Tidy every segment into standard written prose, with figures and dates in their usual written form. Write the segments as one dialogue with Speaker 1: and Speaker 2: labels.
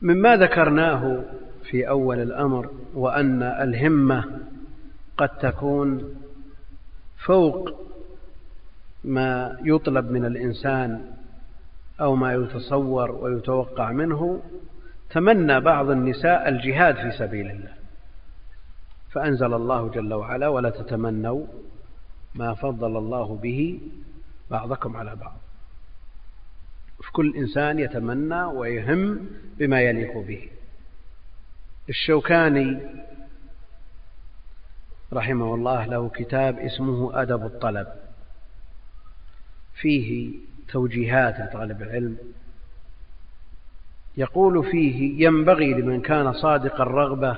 Speaker 1: مما ذكرناه في أول الأمر وأن الهمة قد تكون فوق ما يطلب من الإنسان أو ما يتصور ويتوقع منه، تمنى بعض النساء الجهاد في سبيل الله، فأنزل الله جل وعلا: ولا تتمنوا ما فضل الله به بعضكم على بعض. فكل إنسان يتمنى ويهم بما يليق به. الشوكاني رحمه الله له كتاب اسمه أدب الطلب، فيه توجيهات لطالب العلم، يقول فيه: ينبغي لمن كان صادق الرغبة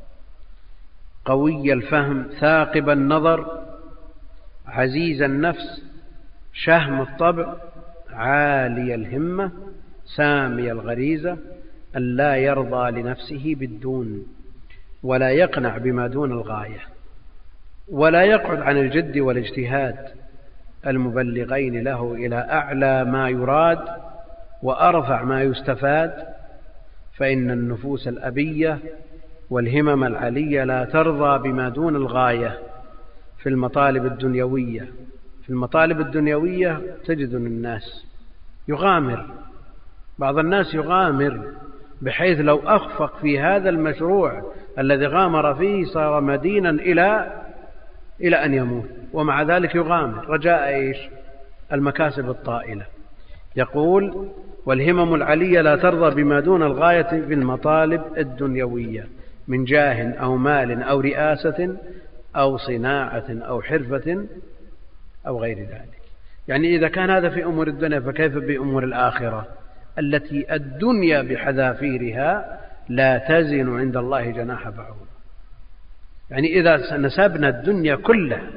Speaker 1: قوي الفهم ثاقب النظر عزيز النفس شهم الطبع عالي الهمة سامي الغريزة أن لا يرضى لنفسه بالدون ولا يقنع بما دون الغاية، ولا يقعد عن الجد والاجتهاد المبلغين له إلى أعلى ما يراد وأرفع ما يستفاد، فإن النفوس الأبية والهمم العلية لا ترضى بما دون الغاية في المطالب الدنيوية. في المطالب الدنيوية تجد الناس يغامر، بعض الناس يغامر بحيث لو أخفق في هذا المشروع الذي غامر فيه صار مدينا إلى أن يموت، ومع ذلك يغامر رجاء المكاسب الطائلة. يقول: والهمم العلية لا ترضى بما دون الغاية في المطالب الدنيوية من جاه أو مال أو رئاسة أو صناعة أو حرفة أو غير ذلك. يعني إذا كان هذا في أمور الدنيا فكيف بأمور الآخرة التي الدنيا بحذافيرها لا تزن عند الله جناح بعوضة. يعني إذا نسبنا الدنيا كلها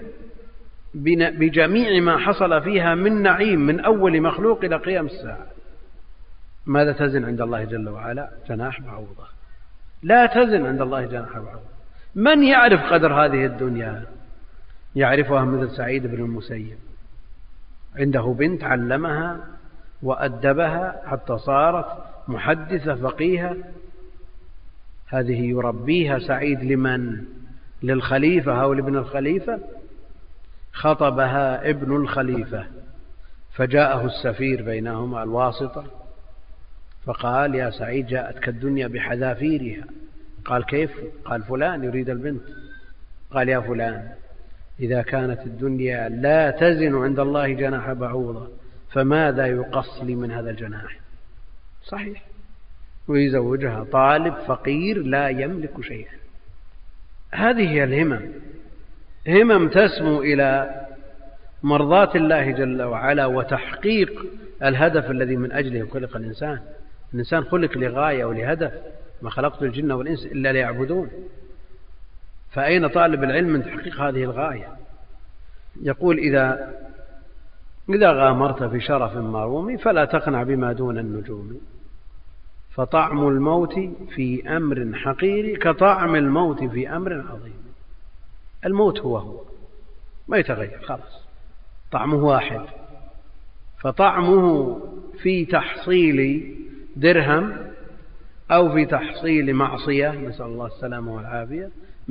Speaker 1: بجميع ما حصل فيها من نعيم من أول مخلوق إلى قيام الساعة، ماذا تزن عند الله جل وعلا؟ جناح بعوضة. لا تزن عند الله جناح بعوضة. من يعرف قدر هذه الدنيا؟ يعرفها مثل سعيد بن المسيب، عنده بنت علمها وأدبها حتى صارت محدثة فقيهة. هذه يربيها سعيد لمن؟ للخليفة أو لابن الخليفة؟ خطبها ابن الخليفة فجاءه السفير بينهما الواسطة فقال: يا سعيد جاءتك الدنيا بحذافيرها. قال: كيف؟ قال: فلان يريد البنت. قال: يا فلان، إذا كانت الدنيا لا تزن عند الله جناح بعوضة فماذا يقص لي من هذا الجناح؟ صحيح. ويزوجها طالب فقير لا يملك شيئا. هذه هي الهمم، همم تسمو إلى مرضاة الله جل وعلا وتحقيق الهدف الذي من أجله خلق الإنسان. الإنسان خلق لغاية ولهدف، ما خلقت الجن والإنس إلا ليعبدون. فأين طالب العلم من تحقيق هذه الغاية؟ يقول: إذا غامرت في شرف مروم فلا تقنع بما دون النجوم، فطعم الموت في أمر حقير كطعم الموت في أمر عظيم. الموت هو ما يتغير، خلاص طعمه واحد. فطعمه في تحصيل درهم أو في تحصيل معصية، نسأل الله السلامة والعافية،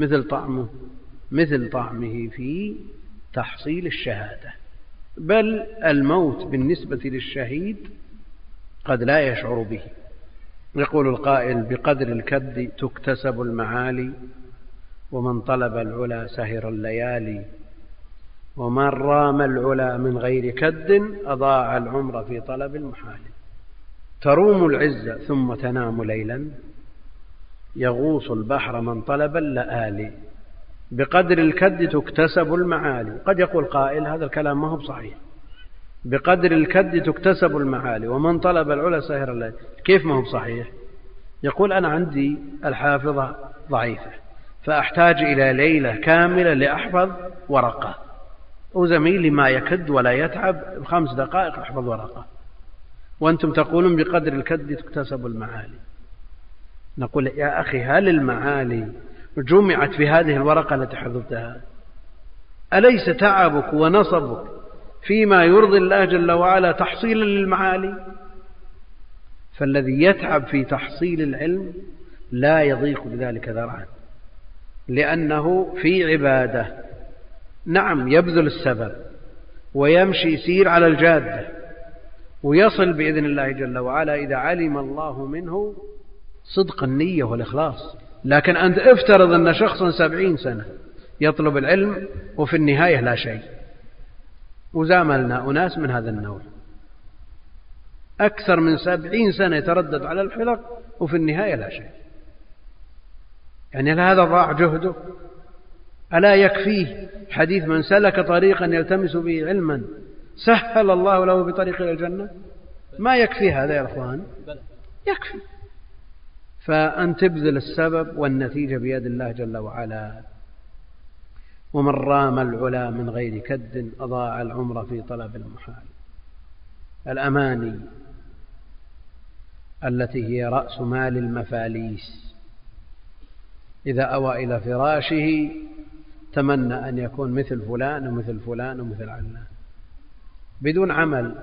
Speaker 1: مثل طعمه في تحصيل الشهادة. بل الموت بالنسبة للشهيد قد لا يشعر به. يقول القائل: بقدر الكد تكتسب المعالي، ومن طلب العلا سهر الليالي، ومن رام العلا من غير كد أضاع العمر في طلب المحال. تروم العزة ثم تنام ليلا، يغوص البحر من طلب اللآلي. بقدر الكد تكتسب المعالي. قد يقول قائل: هذا الكلام ما هو صحيح، بقدر الكد تكتسب المعالي ومن طلب العلا سهر الليل. كيف ما هو صحيح؟ يقول: أنا عندي الحافظة ضعيفة فأحتاج إلى ليلة كاملة لأحفظ ورقة، وزميلي ما يكد ولا يتعب ب5 دقائق أحفظ ورقة، وأنتم تقولون بقدر الكد تكتسب المعالي. نقول: يا أخي، هل المعالي جمعت في هذه الورقة التي حفظتها؟ أليس تعبك ونصبك فيما يرضي الله جل وعلا تحصيلا للمعالي؟ فالذي يتعب في تحصيل العلم لا يضيق بذلك ذرعا، لأنه في عبادة. نعم يبذل السبب ويمشي يسير على الجادة ويصل بإذن الله جل وعلا إذا علم الله منه صدق النية والإخلاص. لكن أنت افترض أن شخصا 70 سنة يطلب العلم وفي النهاية لا شيء. وزاملنا أناس من هذا النوع أكثر من 70 سنة يتردد على الحلق وفي النهاية لا شيء. يعني هذا ضاع جهده؟ ألا يكفيه حديث من سلك طريقا يلتمس به علما سهل الله له بطريق إلى الجنة؟ ما يكفي هذا يا أخوان؟ يكفي. فأن تبذل السبب والنتيجة بيد الله جل وعلا. ومن رام العلا من غير كد أضاع العمر في طلب المحال. الأماني التي هي رأس مال المفاليس، إذا أوى إلى فراشه تمنى أن يكون مثل فلان ومثل فلان ومثل علان بدون عمل،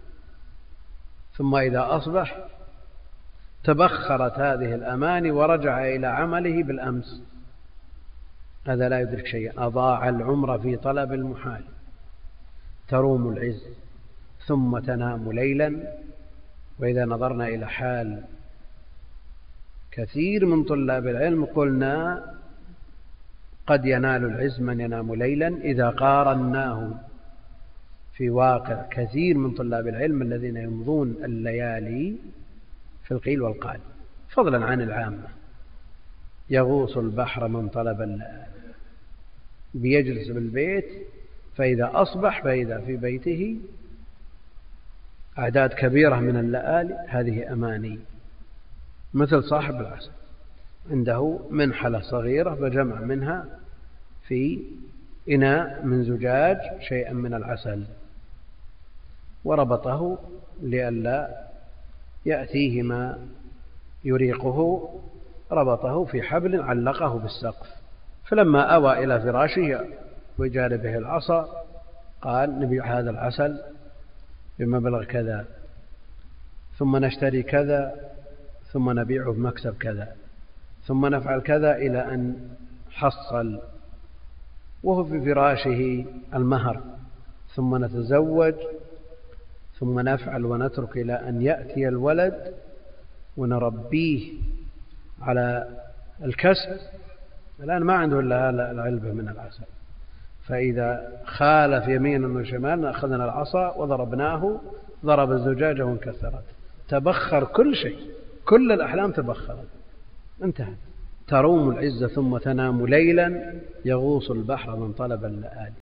Speaker 1: ثم إذا أصبح تبخرت هذه الأماني ورجع إلى عمله بالأمس. هذا لا يدرك شيئا. أضاع العمر في طلب المحال. تروم العز ثم تنام ليلا. وإذا نظرنا إلى حال كثير من طلاب العلم قلنا قد ينال العز من ينام ليلا إذا قارناه في واقع كثير من طلاب العلم الذين يمضون الليالي في القيل والقال، فضلا عن العامة. يغوص البحر من طلب الليالي، بيجلس بالبيت فإذا أصبح فإذا في بيته أعداد كبيرة من الليالي. هذه أماني. مثل صاحب العسل عنده منحلة صغيرة فجمع منها في إناء من زجاج شيئا من العسل وربطه لئلا يأتيه ما يريقه، ربطه في حبل علقه بالسقف. فلما أوى إلى فراشه وجانبه العصا قال نبيع هذا العسل بمبلغ كذا، ثم نشتري كذا، ثم نبيعه بمكسب كذا، ثم نفعل كذا، إلى أن حصل وهو في فراشه المهر، ثم نتزوج، ثم نفعل ونترك إلى أن يأتي الولد ونربيه على الكسب. الآن ما عنده إلا العلبة من العسل، فإذا خالف يمينا وشمالا أخذنا العصا وضربناه، ضرب الزجاجة وانكسرت. تبخر كل شيء، كل الأحلام تبخرت، انتهت. تروم العزة ثم تنام ليلا، يغوص البحر من طلب اللآلي.